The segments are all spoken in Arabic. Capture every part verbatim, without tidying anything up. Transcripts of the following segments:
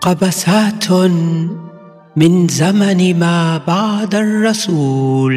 قبسات من زمن ما بعد الرسول.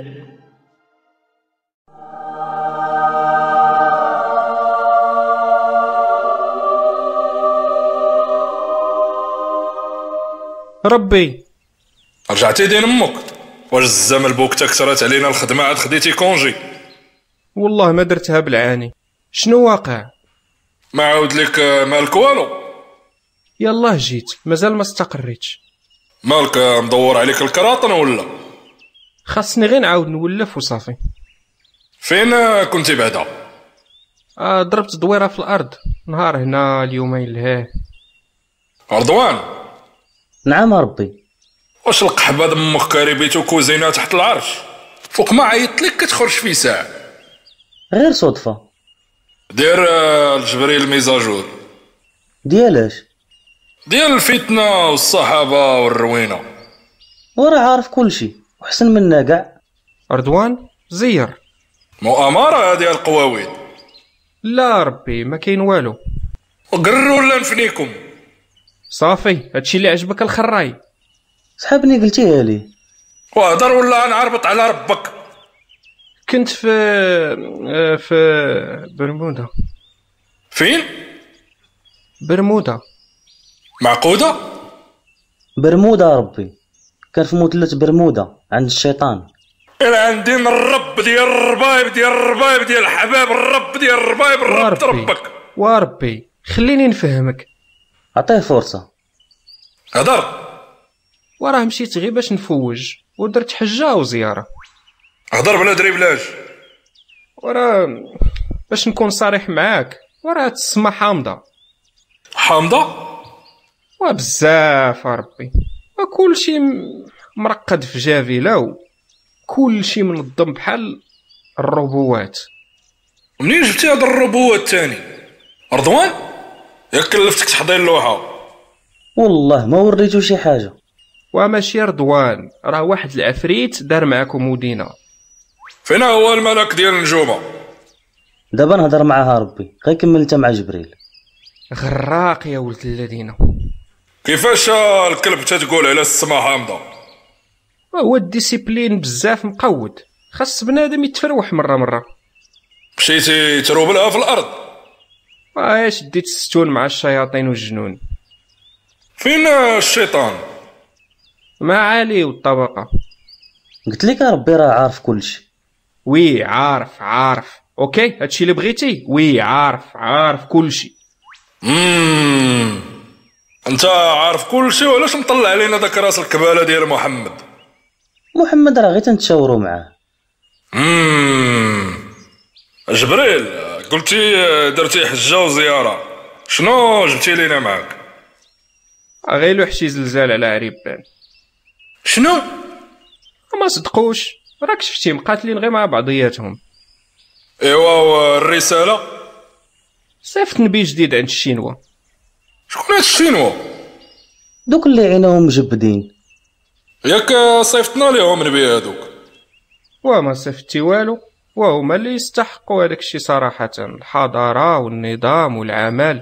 ربي رجعتي دين امك؟ واش الزمن البوكته كثرت علينا الخدمه عاد خديتي كونجي؟ والله ما درتها بالعاني. شنو واقع؟ ما عاود لك مالك والو؟ يلاه جيت مازال ما استقريتش. مالك مدور عليك الكراطن ولا؟ خاصني غير نعاود نولف وصافي. فين كنتي بعدا؟ آه ضربت دويره في الارض نهار هنا اليومين لهيه. رضوان. نعم ربي. واش القحبه دمك كاريبيتو كوزينه تحت العرش فوق ما عيط لك كتخرج في ساعه؟ غير صدفه. دير الجبريل الميزاجور ديالاش؟ ديال الفتنه والصحابه والروينه. وراه عارف كلشي وحسن منا كاع. رضوان زير مؤامره ديال القواويد. لا ربي ما كاين والو. وقرروا ولا نفنيكم؟ صافي هادشي اللي عجبك الخراي. صحابني قلتيها لي. وهضر ولا نعربط على ربك. كنت في في برمودا. فين؟ برمودا. معقوده؟ برمودا ربي. كان في مثلث برمودا عند الشيطان. إلا عندي الرب ديال الربايب ديال الربايب ديال الحباب الرب ديال الربايب الرب ربك. وربي خليني نفهمك. عطيه فرصه. هضر. وراه مشيت غير باش نفوج ودرت حجه وزياره. هضر بلا دريبلاج. وراه باش نكون صريح معاك وراه تسمى حامضه. حامضه؟ وبزاف ربي. وكلشي مرقد في جافيله وكلشي منظم بحال الربوات. منين جبتي هاد الربوات الثاني؟ رضوان ياك كلفتك تحضير اللوحه؟ والله ما وريتو شي حاجه. وماشي رضوان راه واحد العفريت دار معاكم مدينه. فين هو الملك ديال النجومه؟ دابا نهضر معاها ربي. غير كمل انت مع جبريل. غراق يا ولد الذين. كيفاش الكلب تتقول على السما حامضه؟ هو الديسيبلين بزاف مقود. خاص بنادم يتفروح مره مره. مشيتي تروبلها في الارض؟ واش ديت الستون مع الشياطين والجنون. فين الشيطان؟ ما عالي والطبقه. قلت لك ربي راه عارف كلشي. وي عارف عارف اوكي هادشي اللي بغيتي. وي عارف عارف كلشي. امم انت عارف كلشي وعلاش مطلع علينا داك راس الكباله ديال محمد؟ محمد راه غير تنتشاوروا معاه. امم جبريل قلتي درتي حجه وزياره، شنو جبتي لينا معاك؟ غير لوح شي زلزال على عريبان. شنو؟ ما صدقوش راك شفتي مقاتلين غير مع بعضياتهم. ايوا الرساله صيفط نبي جديد عند الشينوا. شكون هاد الشينوا؟ دوك اللي عينهم مجبدين. ياك صيفطنا ليهم نبي هادوك. وما صيفطتي والو. وهما اللي يستحقوا هذاك الشيء صراحه. الحضاره والنظام والعمل.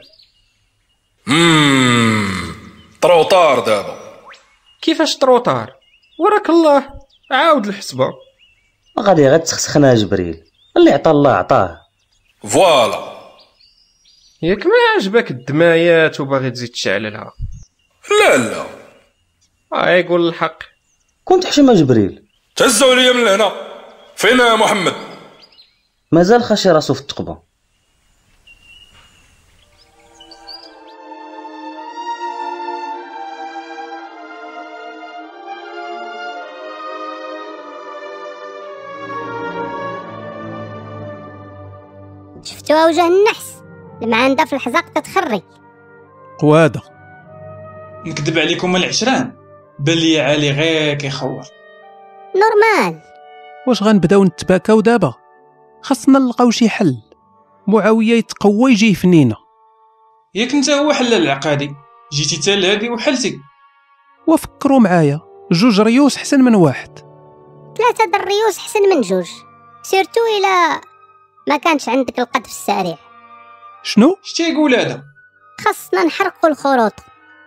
امم طروطار دابا. كيفاش طروطار؟ وراك الله عاود الحسبه. غادي غير تسخسخنا جبريل. اللي عطا الله عطاه. فوالا. ياك ما عجبك الدمايات وباغي تزيد تشعللها؟ لا لا اه يقول الحق. كنت حشمه جبريل. تهزوا عليا من هنا. فين محمد؟ مازال خاشي راسو في التقبه. شفتوها وجه النحس لما عندها في الحزاق تتخرج. قواده نكذب عليكم العشران بل لي عالي غير كيخور. نورمال. واش غنبداو نتباكاو دابا؟ خاصنا نلقاو شي حل. معاويه يتقوى يجي يفنينا. ياك انت هو حل العقادي جيتي حتى لهادي وحلتي. وفكروا معايا جوج ريوس حسن من واحد. ثلاثه د الريوس حسن من جوج سيرتو الى ما كانش عندك القذف السريع. شنو؟ اش تيقول هذا؟ خاصنا نحرقوا الخروط.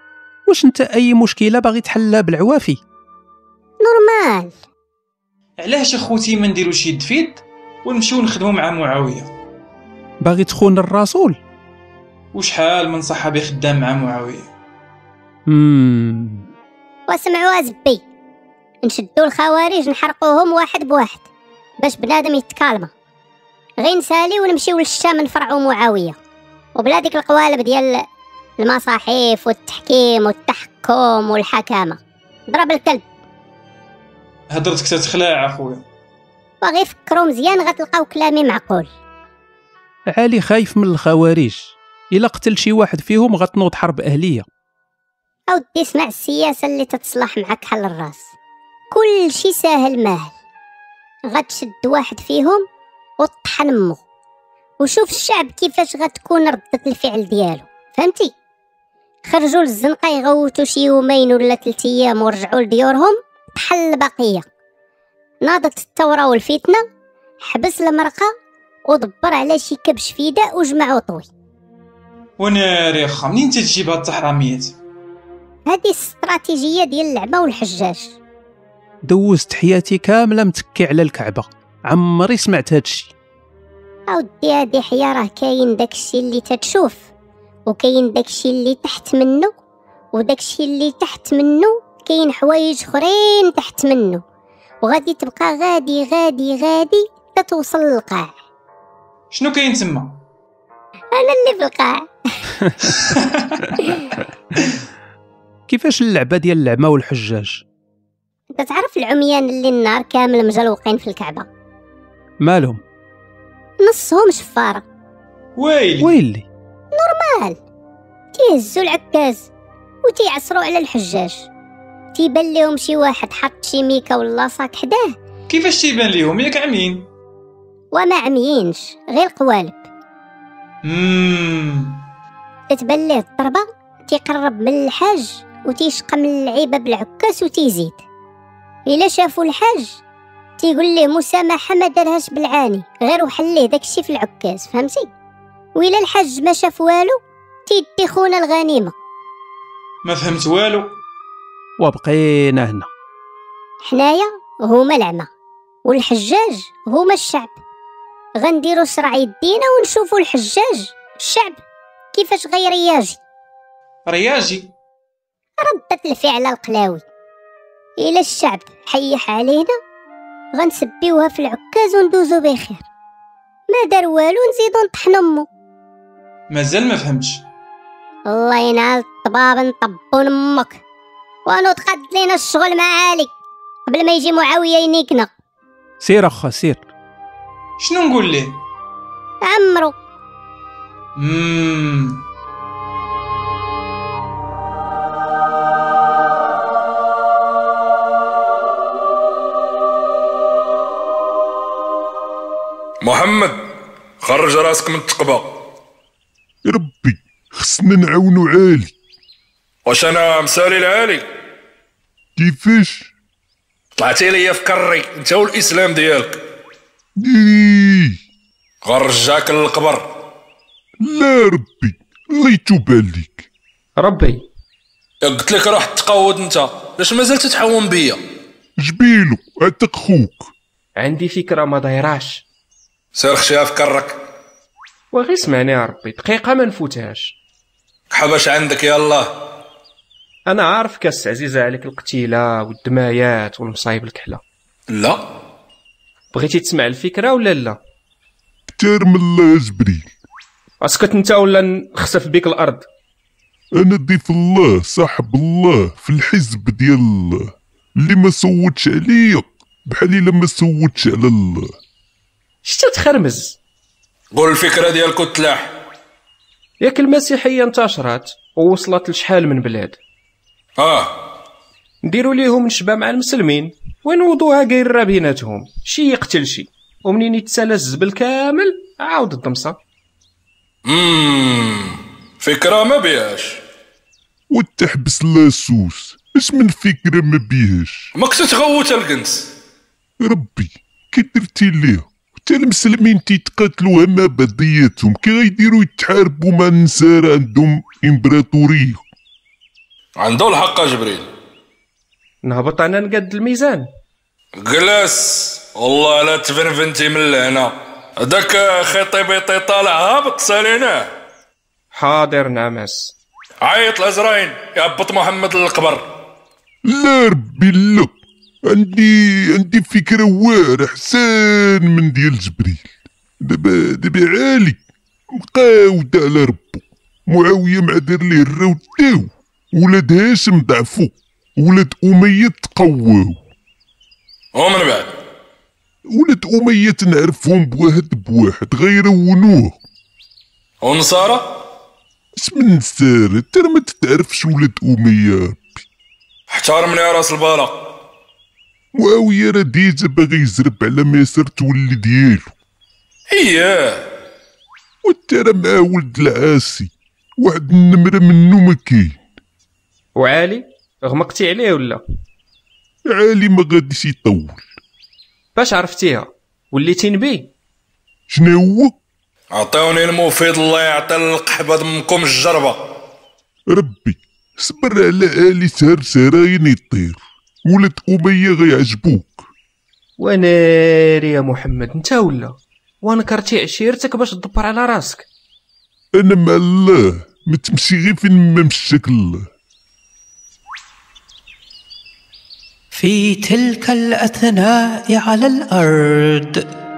واش انت اي مشكله باغي تحلها بالعوافي؟ نورمال. علاش اخوتي ما نديروش يد في يد ونمشيو نخدموا مع معاويه؟ باغي تخون الرسول؟ وشحال من صحابي خدام مع معاويه. امم واسمعوا زبي، نشدوا الخوارج نحرقوهم واحد بواحد باش بنادم يتكالما، غير نسالي ونمشيو للشام نفرعوا معاويه وبلا ديك القوالب ديال المصاحف والتحكيم والتحكم والحكامه. ضرب الكلب. هضرتك تتخلع اخويا. وغي فكروا مزيان غتلقاو كلامي معقول. علي خايف من الخوارج، الا قتل شي واحد فيهم غتنوض حرب اهليه. اودي اسمع السياسه اللي تتصلح معك حل الراس، كل شي ساهل ماهل. غتشد واحد فيهم وطحن امه وشوف الشعب كيفاش غتكون ردة الفعل ديالو، فهمتي؟ خرجوا للزنقه يغوتوا شي يومين ولا ثلاث ايام ورجعوا لديورهم، طحل البقيه. ناضت الثوره والفتنه، حبس المرقه ودبر على شي كبش فداء وجمع وطوي. وناري خا، منين تجيب هاد التحراميات؟ هذه الاستراتيجيه ديال اللعبه والحجاج. دوزت حياتي كامله متكي على الكعبه، عمري سمعت هادشي. اودي هادي حيا راه كاين داكشي اللي تتشوف وكاين داكشي اللي تحت منه، وداكشي اللي تحت منه كاين حوايج اخرين تحت منه، وغادي تبقى غادي غادي غادي تتوصل للقاع. شنو كاين تما؟ انا اللي في القاع. كيفاش اللعبه ديال اللعمه والحجاج؟ انت تعرف العميان اللي النهار كامل مجلوقين في الكعبه؟ مالهم؟ نصهم شفاره. ويلي ويلي. نورمال. تيهزوا العكاز وتيعصروا على الحجاج، تيبان لهم شي واحد حط شي ميكا ولا صاك حداه. كيفاش تيبان ليهم ياك عميين؟ وما عميينش، غير قوالب. امم تتبان ليه الضربه تيقرب من الحاج وتيشقم اللعيبه بالعكاس وتيزيد. الا شافوا الحاج تيقول ليه مسامحه ما دارهاش بالعاني، غير وحليه داكشي في العكاز، فهمتي؟ وإلا الحاج ما شاف والو تيدي خونا الغنيمه. ما فهمت والو. وبقينا هنا حنايا هما العمى والحجاج هما الشعب. غنديروا صراع يدينا ونشوفوا الحجاج الشعب كيفاش غير رياجي. رياجي ردة الفعل القلاوي. إلا الشعب حيح علينا غنسبيوها في العكاز وندوزو بخير، ما دار والو نزيدو نطحن امو. مازال ما فهمتش. الله ينعل الطباب نطبون امك ونوض قد لينا الشغل مع علي قبل ما يجي معاويه ينيكنا. سير اخا سير. شنو نقول ليه؟ عمرو. امم محمد خرج راسك من التقبه. ربي خصنا نعاونو عالي. واش انا مسالي العالي؟ كيفاش؟ طلعتي ليا في كري انت والاسلام ديالك. إيه. غنرجعك للقبر. لا ربي الله يتوب عليك. ربي قلت لك روح تقود انت، لاش مازال تتحوم بيا؟ جبيلو عتق خوك. عندي فكره ما دايراش. سير خشيها في كرك. وغير اسمعني يا ربي دقيقه ما نفوتهاش. حباش عندك يالله. انا عارف كاس عزيزه عليك القتيله والدمايات والمصايب الكحله. لا بغيتي تسمع الفكره ولا لا؟ كتار من الله جبريل. اسكت انت ولا نخسف بك الارض. انا ضيف الله صاحب الله في الحزب ديال الله، اللي ما صوتش عليا بحال الا ما صوتش على الله. شتا تخرمز؟ قول الفكره ديالك وتلاح. ياك المسيحيه انتشرت ووصلت لشحال من بلاد، اه نديروا ليهم نشبه مع المسلمين ونوضوها قايره بيناتهم، شي يقتل شي ومنين يتسالى الزبل كامل عاود الضمصه. امم فكره ما بيهاش. وتحبس لاسوس اش من فكره ما بيهاش. ماك تتغوت القنص. ربي كي درتي ليها حتى المسلمين تيتقاتلوا ما بدياتهم كي غيديروا يتحاربوا مع النصارى عندهم امبراطوريه. عنده الحق جبريل. نهبط انا نقد الميزان. جلس والله لا تفنفنتي من لهنا. هذاك خيطي بيطي طالع هابط ساليناه. حاضر نعمس. عيط الازراين يهبط محمد للقبر. لا ربي لا، عندي عندي فكرة واعرة حسان من ديال جبريل. دابا دابا عالي مقاود على ربو. معاوية مع دار ليه الراو تاو، ولاد هاشم ضعفو، ولاد أمية تقواو، ومن بعد ولاد أمية تنعرفهم بواحد بواحد غيرونوه. ونصارى اسم النسار انت ما تتعرفش ولاد أمية ربي. احترمني يا راس البالا. معاوية راه ديجا باغي يزرب على ميسر تولي ديالو. اييه وانت راه مع ولد العاسي واحد النمرة منو ما كاين. وعالي غمقتي عليه ولا؟ عالي ما غاديش يطول. باش عرفتيها؟ وليتي نبي؟ شنو هو؟ عطيوني المفيد الله يعطي القحبة دمكم الجربة. ربي صبر على آلي سهر سراين يطير، ولاد أمية غيعجبوك. وناري يا محمد انت ولا؟ ونكرتي عشيرتك باش تدبر على راسك. أنا مع الله ما تمشي غير فين ما مشاك الله. في تلك الأثناء على الأرض.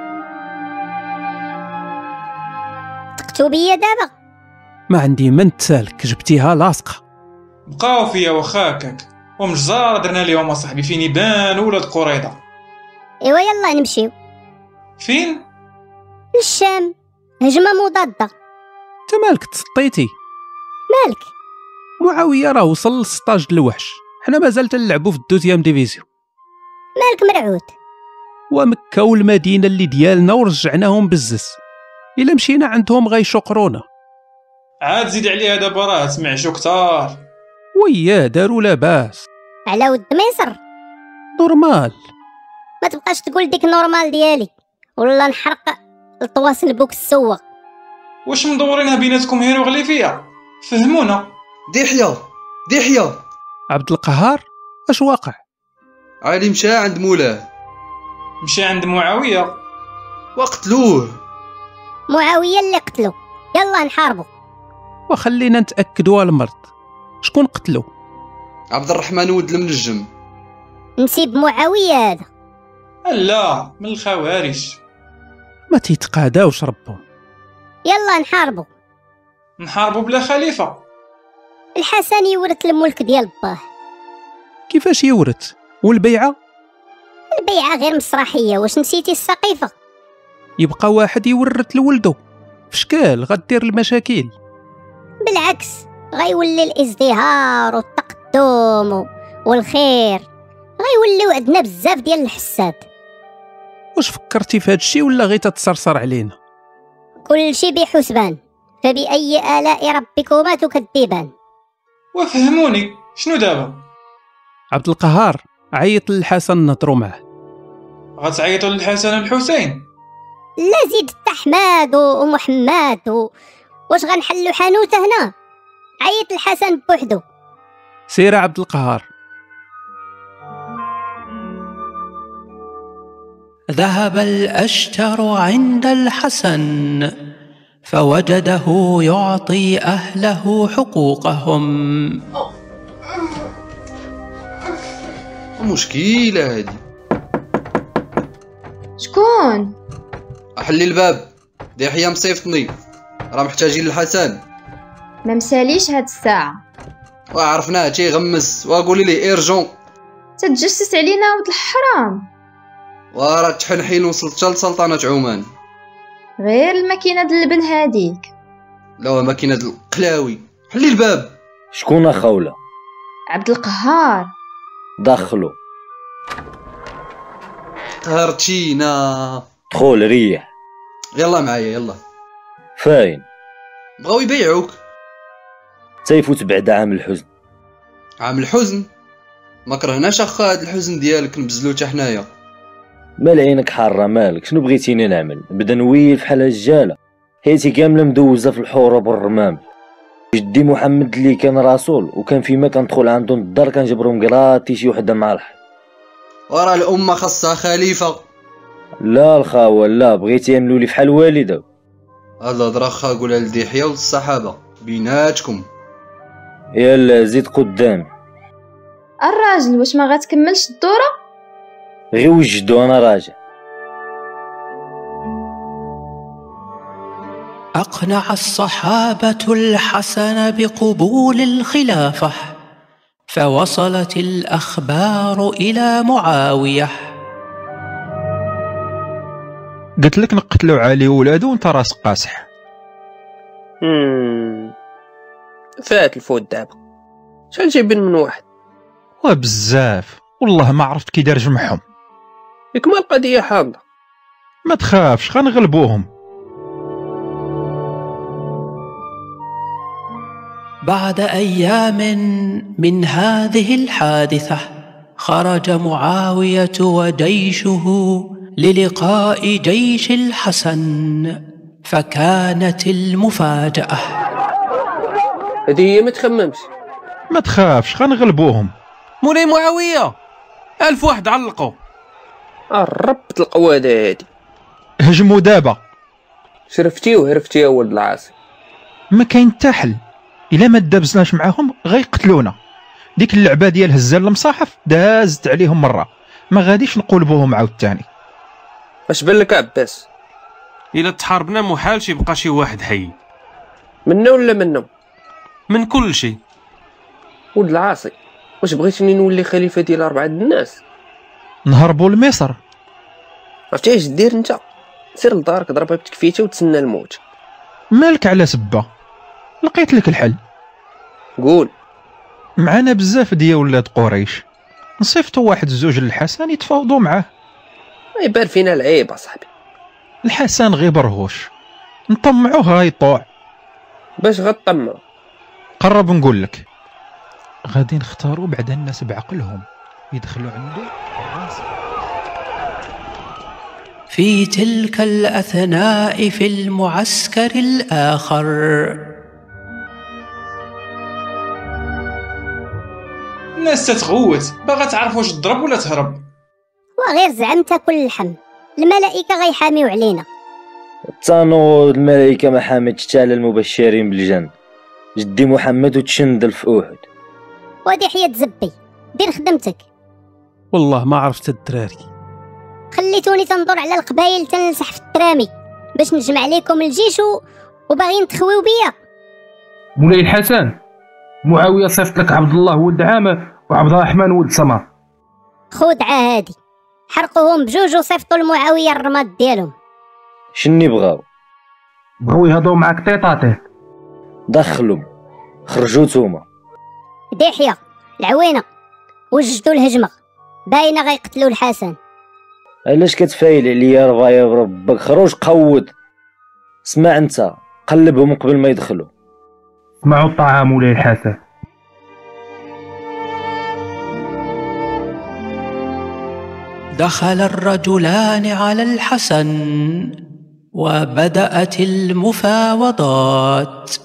تكتبي بيا دابا؟ ما عندي من تسالك، جبتيها لاصقه. بقاو فيا وخاكك ومجزار درنا ليهم اصاحبي فين يبان ولاد قريضه. ايوا يلا نمشيو. فين؟ للشام، هجمه مضاده. انت مالك تسطيتي؟ مالك؟ معاويه راه وصل للسطاج الوحش، حنا مازال تنلعبوا في الدوزيام ديفيزيون. مالك مرعود؟ ومكة والمدينة اللي ديالنا ورجعناهم بالزز، إلا مشينا عندهم غيشقرونا. عاد زيد عليها دابا راه سمعشو كتار. وياه داروا لاباس. على ود مصر نورمال. ما تبقاش تقول ديك نورمال ديالي ولا نحرق الطواصل بوك السوق. واش مدورينها بيناتكم هيرو غلي فيا؟ فهمونا. دحية دحية عبد القهار اش واقع؟ علي مشى عند مولاه. مشى عند معاوية وقتلوه. معاوية اللي قتلو. يلا نحاربو. وخلينا نتأكدوا المرض. شكون قتلو؟ عبد الرحمن ولد المنجم. نسيب معاوية هذا؟ لا من الخوارج. ما تيتقاداوش ربهم. يلا نحاربو. نحاربو بلا خليفة. الحسن يورث الملك ديال باه. كيفاش يورث؟ والبيعة؟ البيعة غير مسرحية، واش نسيتي السقيفة؟ يبقى واحد يورث لولدو، فشكال غدير المشاكل؟ بالعكس غيولي الازدهار والتقدم والخير، غيوليو عندنا بزاف ديال الحساد. واش فكرتي في هادشي ولا غير تتصرصر علينا؟ كل شي بحسبان، فبأي آلاء ربكما تكذبان. وفهموني شنو دابا؟ عبد القهار عيط للحسن نهضروا معاه. غتعيطوا للحسن الحسين؟ لا زيد حماد ومحمد و... واش غنحلوا حانوته هنا؟ عيط الحسن بوحدو. سير عبد القهار. ذهب الأشتر عند الحسن فوجده يعطي أهله حقوقهم. مشكلة هادي. شكون؟ أحلي الباب، دحية مصيفطني، راه محتاجين للحسن. ما مساليش هاد الساعة. وعرفناه تيغمس وقولي ليه ايرجون. تتجسس علينا ولد الحرام. وراه تحنحين وصلت لسلطنة عمان. غير الماكينة د اللبن هاديك. لا ماكينة د القلاوي. حلي الباب. شكون خولة؟ عبد القهار. دخلو. قهرتينا. دخول ريح. يلا معايا يلا. فاين؟ بغاو يبيعوك. تيفوت بعد عام الحزن. عام الحزن؟ ما كرهناش اخا هاد الحزن ديالك نبزلو حتى حنايا. مال عينك حاره مالك، شنو بغيتيني نعمل؟ نبدا نويل فحال الجاله، حياتي كامله مدوزه في الحروب والرمام. جدي محمد اللي كان رسول وكان فيما كندخل عندهم الدار كنجبرهم قراطي شي وحده مع الحق. وراه الامه خاصها خليفه. لا الخاوه لا، بغيتي يعملوا لي فحال والده. هاد الهضره خا قولها لدحيه والصحابه بيناتكم. يلا زيد قدام. الراجل واش ما غتكملش الدوره؟ غير وجدو انا راجع. أقنع الصحابة الحسن بقبول الخلافة، فوصلت الأخبار إلى معاوية. قلت لك نقتلوا علي ولادو وانت راسك قاصح. امم فات الفوت دابا، شحال جايبين من واحد؟ وبزاف والله ما عرفت كي دار جمعهم. ياك ما القضيه حاضره. ما تخافش غنغلبوهم. بعد أيام من هذه الحادثة خرج معاوية وجيشه للقاء جيش الحسن، فكانت المفاجأة. هذه هي ما تخممش. ما تخافش غنغلبوهم. مولاي معاوية ألف واحد علقوا. قربت القوادة هادي. هجموا دابا. شرفتي وهرفتي يا ولد العاصي. ما كاين حتى حل، الا ما دابزناش معاهم غيقتلونا. ديك اللعبه ديال هزال المصاحف دازت عليهم مره، ما غاديش نقولبوهم عاوتاني. اش بان لك عباس؟ الا تحاربنا محالش يبقى شي واحد حي. منا ولا منهم؟ من كل شيء. ولد العاصي واش بغيتني نولي خليفه ديال اربعه الناس؟ نهربوا لمصر. عرفتي اش دير انت؟ سير لدارك ضربها بتكفيته وتسنى الموت. مالك على سبه؟ لقيت لك الحل. قول. معانا بزاف ديال ولاد قريش، نصيفطوا واحد زوج للحسن يتفاوضوا معاه. يبان فينا العيب اصاحبي. الحسن غير برهوش، نطمعوه غيطوع. باش غطمع؟ قرب نقول لك. غادي نختاروا بعد الناس بعقلهم يدخلوا عنده راسه. في تلك الأثناء في المعسكر الآخر الناس تتغوت باغا تعرف واش تضرب ولا تهرب. وغير زعم تاكل اللحم، الملائكه غيحاميو علينا. تانو الملائكه ما حامتش حتى على المبشرين بالجنه. جدي محمد وتشندل في احد. ودي حياة زبي دير خدمتك. والله ما عرفت الدراري، خليتوني تنظر على القبايل تنلسح في الترامي باش نجمع لكم الجيش وباغيين تخويو بيا. مولاي الحسن، معاويه صيفط لك عبد الله ولد عامه وعبد الرحمن ولد سمر. خدعه هادي، حرقوهم بجوج وصيفطوا لمعاويه الرماد ديالهم. شني بغاو؟ بغاو يهضروا معاك طيطاطي. دخلهم خرجوا نتوما. دحيه العوينه وجدوا الهجمه، باينه غيقتلوا الحسن. علاش كتفايل عليا ربايا بربك؟ خروج قود. اسمع انت، قلبهم قبل ما يدخلوا. اسمعوا الطعام مولاي الحسن. دخل الرجلان على الحسن وبدأت المفاوضات.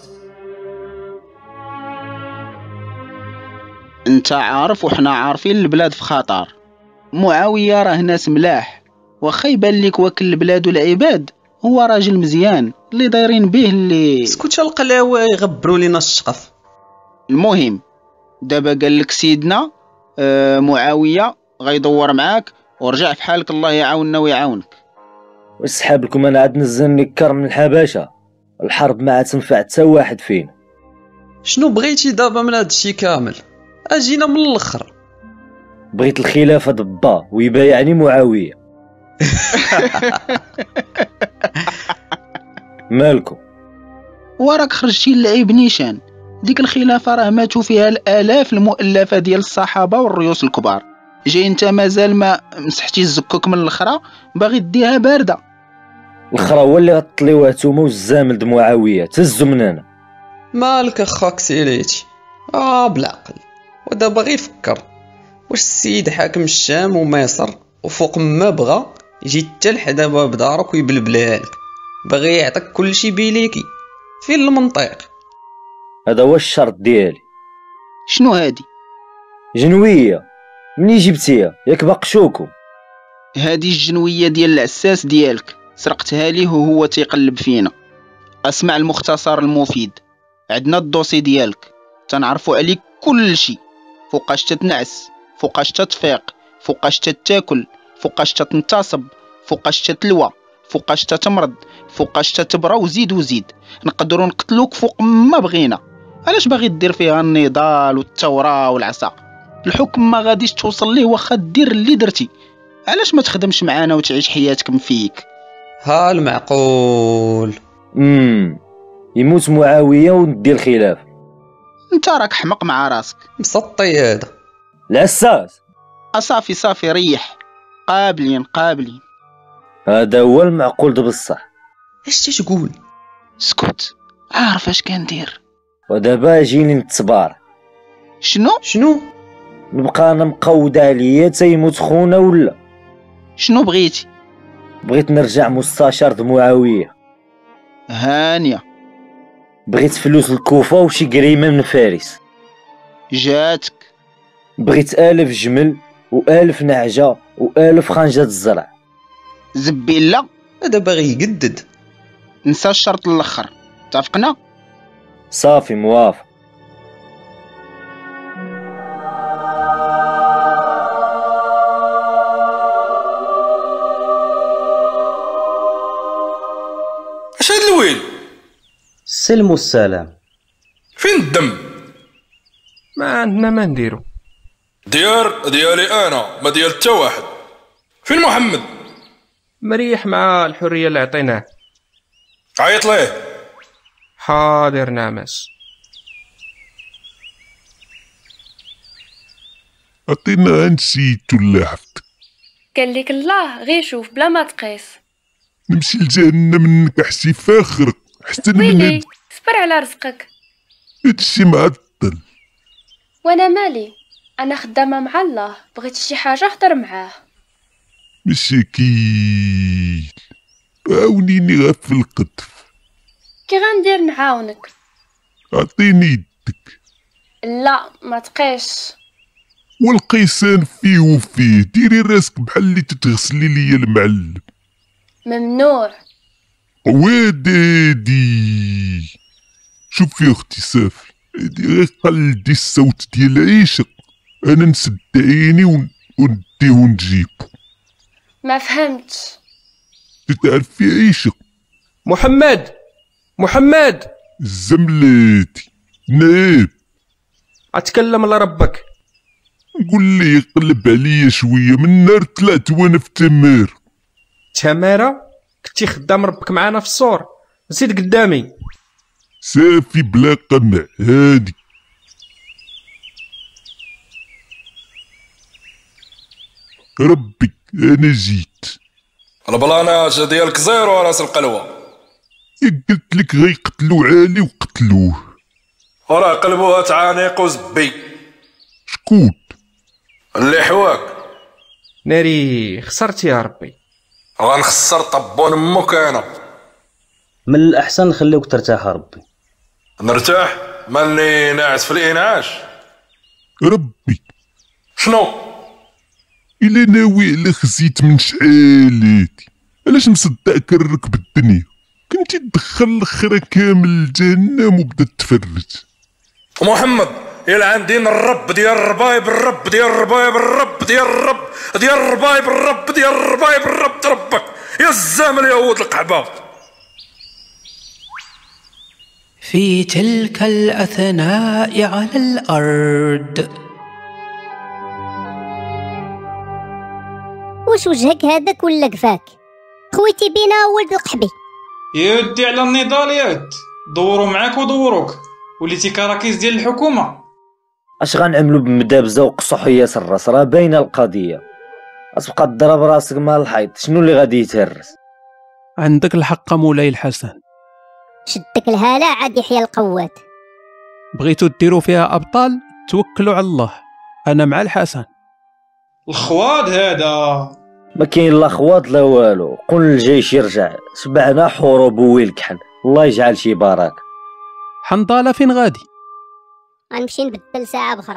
انت عارف وحنا عارفين البلاد في خطر. معاوية راه ناس ملاح، واخا يبان ليك واكل البلاد والعباد، هو راجل مزيان اللي دايرين به اللي اسكت القلاوه يغبروا لينا الشقف. المهم دابا قال لك سيدنا آه معاوية غيدور معاك ورجع في حالك، الله يعاوننا ويعاونك. وسحاب لكم انا عاد نزلني كر من الحبشه، الحرب ما عاد تنفع حتى واحد فينا. شنو بغيتي دابا من هذا الشيء كامل؟ اجينا من الاخر. بغيت الخلافه ضبا ويبايعني معاويه. مالكم؟ وراك خرجتي اللعيب نيشان. ديك الخلافه راه ماتوا فيها الالاف المؤلفه ديال الصحابه والريوس الكبار، جاي انت مازال ما مسحتي الزكوك من الاخرى باغي ديها بارده. الاخرى هو اللي غطليوه نتوما والزامل د معاويه، تهزوا من هنا. مالك اخاك سيريتي اه بالعقل، ودابا غير فكر واش السيد حاكم الشام ومصر وفوق ما بغى يجي حتى لحدا باب دارك ويبلبلها لك، باغي يعطيك كلشي بيليكي. فين المنطق؟ هذا هو الشرط ديالي. شنو هادي؟ جنويه. منين جبتيها؟ ياك باقشوكم؟ هادي الجنويه ديال العساس ديالك، سرقتها ليه وهو تيقلب فينا. اسمع المختصر المفيد. عندنا الدوسي ديالك، تنعرفوا عليك كل شيء، فوقاش تتنعس، فوقاش تتفيق، فوقاش تتاكل، فوقاش تتنتصب، فوقاش تتلوى، فوقاش تتمرض، فوقاش تتبرى، وزيد وزيد. نقدروا نقتلوك فوق ما بغينا. علاش باغي دير فيها النضال والثوره والعصا؟ الحكم ما غاديش توصل ليه واخا دير اللي درتي. علاش ما تخدمش معانا وتعيش حياتك مفيك؟ ها المعقول. امم يموت معاويه وندي الخلاف. انت راك حمق مع راسك. مسطي هذا العساس. صافي صافي ريح. قابلين قابلين. هذا هو المعقول ده بصح. اش تتقول؟ اسكت، عارف اش كندير. ودابا جيني نتبار. شنو شنو نبقى انا مقود عليا تيموت خونا ولا شنو بغيتي؟ بغيت نرجع مستشار د معاويه. هانيه. بغيت فلوس الكوفه وشي قريمه من فارس. جاتك. بغيت ألف جمل وألف نعجه وألف خنجه الزرع. زبيله. هذا باغي يقدد. نسى الشرط الاخر. اتفقنا؟ صافي موافق. اش هاد الويل؟ السلم والسلام. فين الدم؟ ما عندنا ما نديرو. ديار ديالي انا، ما ديال حتى واحد. فين محمد؟ مريح مع الحريه اللي عطيناه. عيط ليه. حاضر نعمس. عطينا نسيت ولا حفتك. قال لك الله غير شوف بلا ما تقيس. نمشي لجهنم منك احسي فاخرك احسن من ويلي هاد. صبر على رزقك. هادشي معطل. وانا مالي، انا خدامه مع الله، بغيت شي حاجه هضر معاه. مساكين عاونيني غا في القطف. كي غندير نعاونك؟ عطيني يدك. لا ما تقيش. والقيسان فيه وفيه، ديري راسك بحال اللي تتغسلي ليا المعلم. ممنوع. ودادي شوفي اختي صافي، هادي غير قلدي الصوت ديال عيشة، انا نسد عيني ونديه ونجيبو. ما فهمتش. تتعرفي عيشة؟ محمد محمد زملاتي نائب. اتكلم لربك. قول لي يقلب عليا شويه، من نهار طلعت وانا في تمار. تمارة؟ كنتي خدام ربك معانا في الصور، زيد قدامي. صافي بلا قمع هادي. ربي انا جيت. البلانات ديالك زيرو راس القلوه. يا قلت لك غيقتلوا عالي وقتلوه. وراه قلبوها تعانيق وزبي. شكون؟ اللي حواك. ناري خسرت يا ربي. غنخسر طبون امك انا. من الاحسن نخليوك ترتاح ربي. نرتاح؟ مالني ناعس في الانعاش. ربي شنو؟ الا ناوي على خزيت من شحالاتي، علاش مصدق كركب الدنيا؟ كنتي تدخل الاخره كامل لجهنم وبدا تفرج. محمد يلعن دين الرب ديال الربايب، الرب ديال الربايب، الرب ديال الرب ديال الربايب، الرب ديال الربايب، الرب ربك يا الزامل يهود القحبه. في تلك الأثناء على الأرض. واش وجهك هذاك ولا كفاك؟ خويتي بينا ولد القحبي. يودي على النضال ياد، دوروا معاك ودوروك، وليتي كراكيز ديال الحكومه. اش غنعملو بمدابزه وقصحيه الراس؟ راه باينه القضيه، غتبقى تضرب راسك مع الحيط. شنو اللي غادي يتهرس؟ عندك الحق مولاي الحسن. شدك الهالة عاد يحيى القوات. بغيتو ديروا فيها ابطال، توكلوا على الله، انا مع الحسن. الخواد هذا ما كاين لا خواد لا والو. قول الجيش يرجع، سبعنا حروب ويل كحل، الله يجعل شي بركه. حنظله فين غادي؟ غنمشي نبدل ساعة بخرى.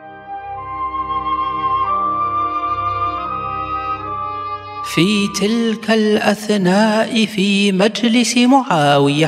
في تلك الأثناء في مجلس معاوية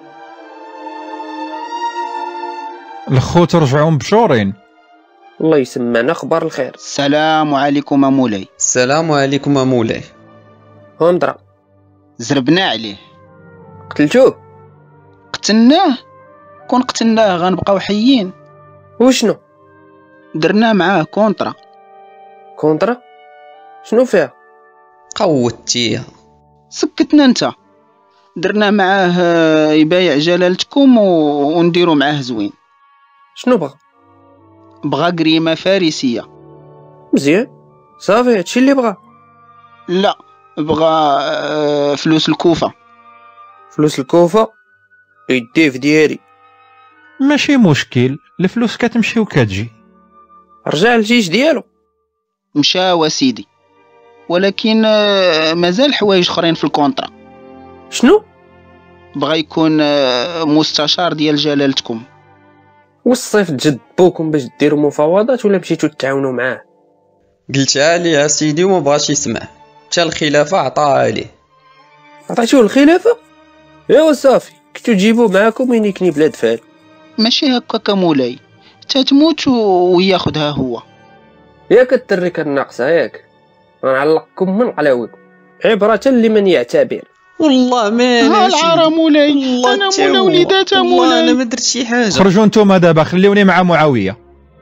الخوت رجعوا مبشورين. الله يسمعنا اخبار الخير. السلام عليكم مولاي. السلام عليكم مولاي. هون درا زربنا عليه. قتلتوه؟ قتلناه. كون قتلناه غنبقاو حيين. وشنو درنا معاه كونطرا. كونطرا شنو فيها؟ قوتيها. سكتنا انت. درنا معاه يبايع جلالتكم ونديرو معاه زوين. شنو بغا؟ بغا قريمة فارسية. مزيان صافي هادشي اللي بغا. لا بغا فلوس الكوفة. فلوس الكوفة يديه في دياري. ماشي مشكل، الفلوس كتمشي وكتجي. رجع الجيش ديالو. مشى وسيدي، ولكن مازال حوايج اخرين في الكونطرا. شنو؟ بغا يكون مستشار ديال جلالتكم. والصيف تجد بوكم باش ديروا مفاوضات ولا مشيتو تتعاونوا معاه؟ قلتها ليه اسيدي وما بغاش يسمع، حتى الخلافه عطاها ليه. عطيتوه الخلافه؟ ايوا صافي كنتو تجيبوه معاكم وين يكني بلاد فال. ماشي هكاك مولاي، تتموت وياخدها هو. ياك التريكه الناقصه ياك، غنعلقكم من قلاويكم عبره لمن يعتبر. والله ما ها العار مولاي، انا مولا وليدات مولاي. انا ما درت شي حاجه. خرجوا نتوما دابا، خليوني مع معاويه.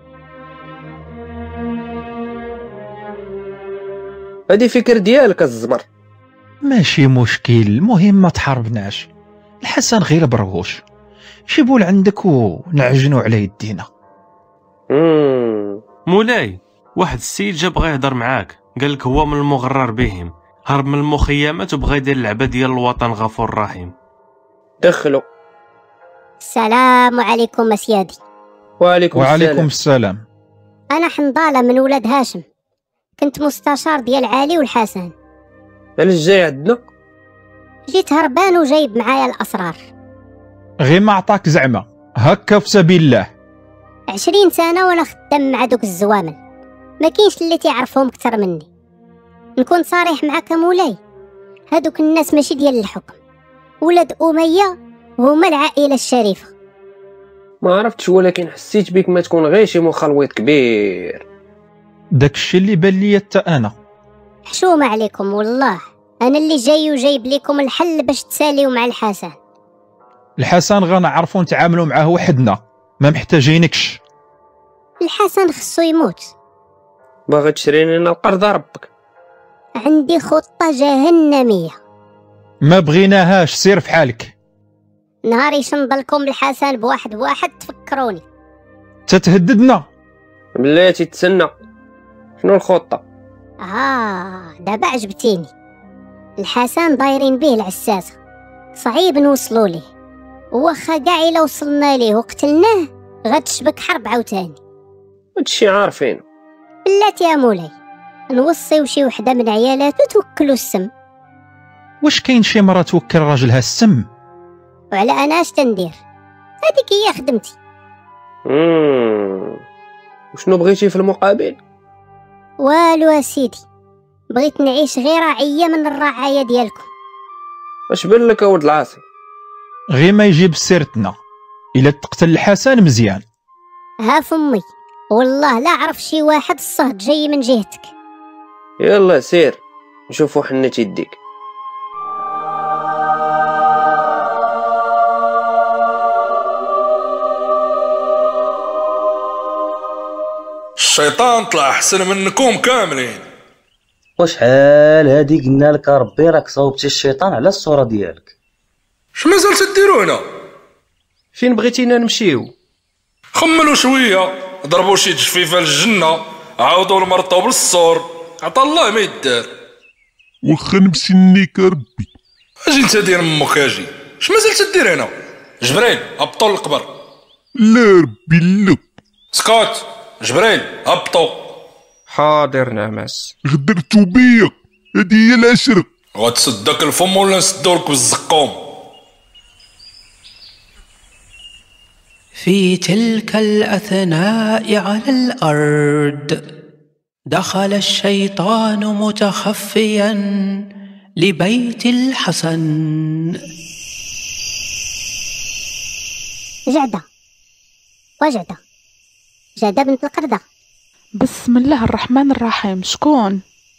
هادي فكر ديالك الزمر. ماشي مشكل، المهم ما تحاربناش. الحسن غير برغوش، جيبوا لعندك ونعجنوا على يدينا. امم مولاي، واحد السيد جا بغا يهضر معاك، قال لك هو من المغرر بهم، هرب من المخيمات وبغا يدير اللعبه ديال الوطن غفور رحيم. دخلوا. السلام عليكم اسيادي. وعليكم, وعليكم السلام. السلام. انا حنظله من ولاد هاشم، كنت مستشار ديال علي والحسن. علاش جاي عندنا؟ جيت هربان وجايب معايا الاسرار. غير ما عطاك زعمه هكا في سبيل الله. عشرين سنه وانا خدام مع دوك الزوامل، ما كاينش اللي تعرفهم اكثر مني. نكون صريح معاك مولاي، هادوك الناس ماشي ديال الحكم، ولاد اميه هما العائله الشريفه. ما عرفتش ولكن حسيت بك ما تكون غير شي مخلوط كبير. داكشي اللي بان لي حتى انا. حشومه عليكم والله، انا اللي جاي وجايب لكم الحل باش تساليو مع الحسن. الحسن غنعرفوا نتعاملوا معاه وحدنا، ما محتاجينكش. الحسن خصو يموت. باغي تشري لنا القرض ربك؟ عندي خطه جهنميه. ما بغيناهاش، سير في حالك. نهاري شنضلكم الحسن بواحد بواحد تفكروني. تتهددنا؟ بلاتي تسنى، شنو الخطه؟ اه دابا عجبتيني. الحسن دايرين به العساسه، صعيب نوصلوا ليه، واخا كاع الا وصلنا ليه وقتلناه غتشبك حرب عاوتاني. هادشي عارفين. بلاتي يا مولاي نوصيو شي وحده من عيالاتو توكلوا السم. واش كاين شي مرة توكل راجلها السم؟ وعلى انا اش تندير، هذيك هي خدمتي. امم وشنو بغيتي في المقابل؟ والو يا سيدي، بغيت نعيش غير راعيه من الرعايه ديالكم. اش بان لك ولد العاصي؟ غير ما يجيب سيرتنا، الا تقتل الحسن مزيان. ها فمي، والله لا عرف شي واحد الصهد جاي من جهتك. يلا سير نشوفو حنة يديك. الشيطان طلع احسن منكم كاملين. وشحال هادي قلنا لك ربي راك صوبتي الشيطان على الصوره ديالك. اش مازال تديروا هنا؟ فين بغيتينا نمشيو؟ خملوا شويه، ضربوا شي تجفيفه للجنه، عاودوا المرطوب للصور، عطا الله ما يدار. واخا نمشي نيك ربي. اجي انت دير امك اجي، اش مازال تدير هنا؟ جبريل هبطوا للقبر. لا ربي لا. سكوت جبريل هبطوا. حاضر نعماس. غدرتو بيا، هادي هي العشرة. غتسدك الفم ولا نسدولك بالزقوم؟ في تلك الأثناء على الأرض دخل الشيطان متخفيا لبيت الحسن. جعدة وجعدة جعدة بنت القردة. بسم الله الرحمن الرحيم. شكون؟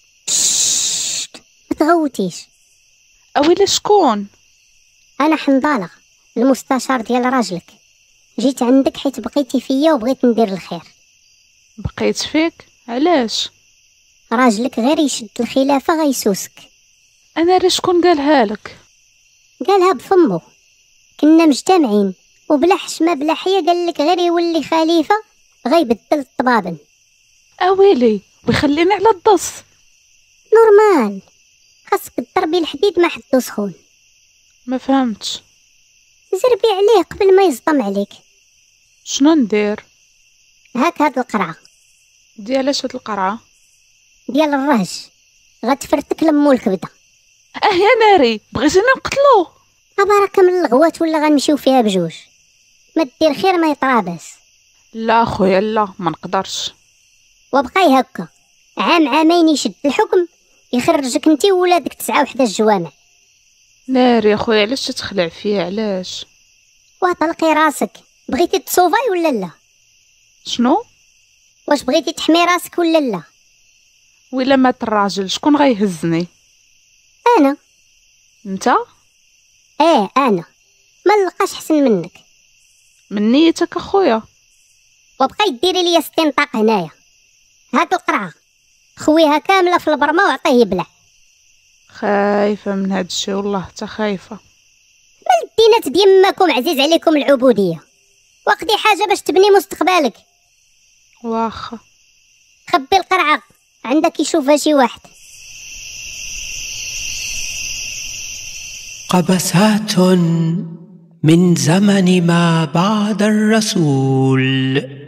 ما تغوتيش. اويلي شكون؟ انا حنظله المستشار ديال راجلك. جيت عندك حيت بقيتي فيا وبغيت ندير الخير. بقيت فيك؟ علاش؟ راجلك غير يشد الخلافه غيسوسك. انا راه شكون قالها لك؟ قالها بفمو. كنا مجتمعين وبلا حشمه بلا حيا قال لك غير يولي خليفه غيبدل الطبابن. اويلي ويخليني على الدص. نورمال خاصك تضربي الحديد ما حدو سخون. ما فهمتش. زربي عليه قبل ما يصطم عليك. شنو ندير؟ هاك هاد القرعه. ديالاش هاد القرعه؟ ديال الرهج غتفرتك لمو الكبده. اه يا ناري بغيتيني نقتلو. بركه من الغوات ولا غنمشيو فيها بجوج. ما دير خير ما يطرابس. لا خويا لا ما نقدرش. وبقاي هكا عام عامين يشد الحكم يخرجك انتي وولادك تسعة وحده الجوامع. ناري يا خويا علاش تتخلع فيا علاش؟ وطلقي راسك. بغيتي تصوفاي ولا لا؟ شنو؟ واش بغيتي تحمي راسك ولا لا؟ ولا مات الراجل شكون غيهزني؟ انا. انت؟ ايه انا ما نلقاش حسن منك. من نيتك اخويا. وبقاي ديري ليا استنطاق هنايا. هاك القرعه خويها كامله في البرمه وعطيه يبلع. خايفه من هاد الشيء والله حتى خايفه. مال الدينات ديماكم عزيز عليكم العبوديه. واخدي حاجه باش تبني مستقبلك. واخا خبي القرعه عندك يشوفها شي واحد. قبسات من زمن ما بعد الرسول.